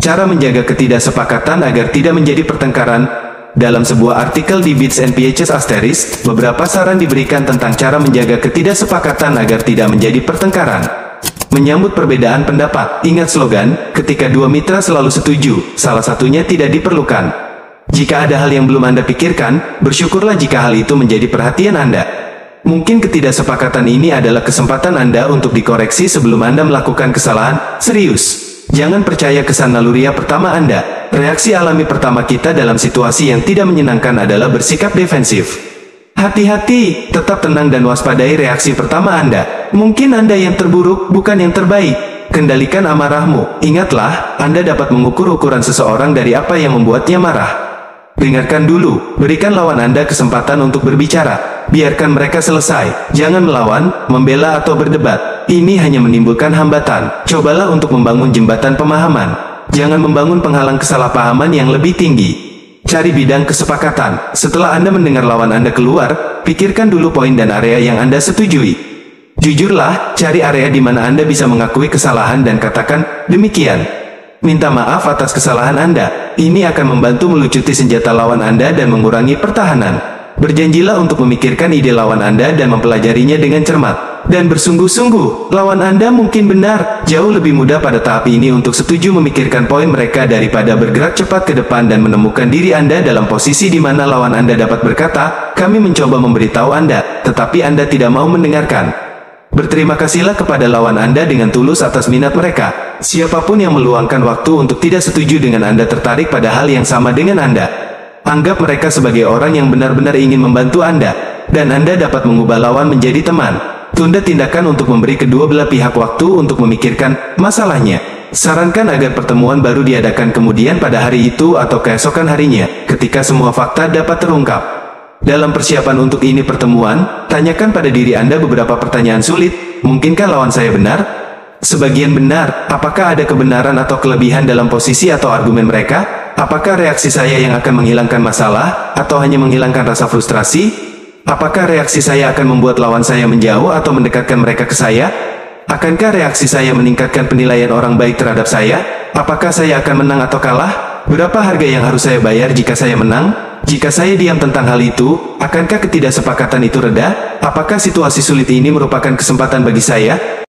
cara menjaga ketidaksepakatan agar tidak menjadi pertengkaran. Dalam sebuah artikel di Bits and Pieces Asteris, beberapa saran diberikan tentang cara menjaga ketidaksepakatan agar tidak menjadi pertengkaran. Menyambut perbedaan pendapat, ingat slogan, ketika dua mitra selalu setuju, salah satunya tidak diperlukan. Jika ada hal yang belum Anda pikirkan, bersyukurlah jika hal itu menjadi perhatian Anda. Mungkin ketidaksepakatan ini adalah kesempatan Anda untuk dikoreksi sebelum Anda melakukan kesalahan serius. Jangan percaya kesan naluriah pertama Anda. Reaksi alami pertama kita dalam situasi yang tidak menyenangkan adalah bersikap defensif. Hati-hati, tetap tenang dan waspadai reaksi pertama Anda. Mungkin Anda yang terburuk, bukan yang terbaik. Kendalikan amarahmu. Ingatlah, Anda dapat mengukur ukuran seseorang dari apa yang membuatnya marah. Dengarkan dulu, berikan lawan Anda kesempatan untuk berbicara. Biarkan mereka selesai. Jangan melawan, membela atau berdebat. Ini hanya menimbulkan hambatan. Cobalah untuk membangun jembatan pemahaman. Jangan membangun penghalang kesalahpahaman yang lebih tinggi. Cari bidang kesepakatan. Setelah Anda mendengar lawan Anda keluar, pikirkan dulu poin dan area yang Anda setujui. Jujurlah, cari area di mana Anda bisa mengakui kesalahan dan katakan, demikian. Minta maaf atas kesalahan Anda. Ini akan membantu melucuti senjata lawan Anda dan mengurangi pertahanan. Berjanjilah untuk memikirkan ide lawan Anda dan mempelajarinya dengan cermat. Dan bersungguh-sungguh, lawan Anda mungkin benar. Jauh lebih mudah pada tahap ini untuk setuju memikirkan poin mereka daripada bergerak cepat ke depan dan menemukan diri Anda dalam posisi di mana lawan Anda dapat berkata, kami mencoba memberitahu Anda, tetapi Anda tidak mau mendengarkan. Berterima kasihlah kepada lawan Anda dengan tulus atas minat mereka. Siapapun yang meluangkan waktu untuk tidak setuju dengan Anda tertarik pada hal yang sama dengan Anda. Anggap mereka sebagai orang yang benar-benar ingin membantu Anda, dan Anda dapat mengubah lawan menjadi teman. Tunda tindakan untuk memberi kedua belah pihak waktu untuk memikirkan masalahnya. Sarankan agar pertemuan baru diadakan kemudian pada hari itu atau keesokan harinya, ketika semua fakta dapat terungkap. Dalam persiapan untuk ini pertemuan, tanyakan pada diri Anda beberapa pertanyaan sulit. Mungkinkah lawan saya benar? Sebagian benar. Apakah ada kebenaran atau kelebihan dalam posisi atau argumen mereka? Apakah reaksi saya yang akan menghilangkan masalah, atau hanya menghilangkan rasa frustrasi? Apakah reaksi saya akan membuat lawan saya menjauh atau mendekatkan mereka ke saya? Akankah reaksi saya meningkatkan penilaian orang baik terhadap saya? Apakah saya akan menang atau kalah? Berapa harga yang harus saya bayar jika saya menang? Jika saya diam tentang hal itu, akankah ketidaksepakatan itu reda? Apakah situasi sulit ini merupakan kesempatan bagi saya?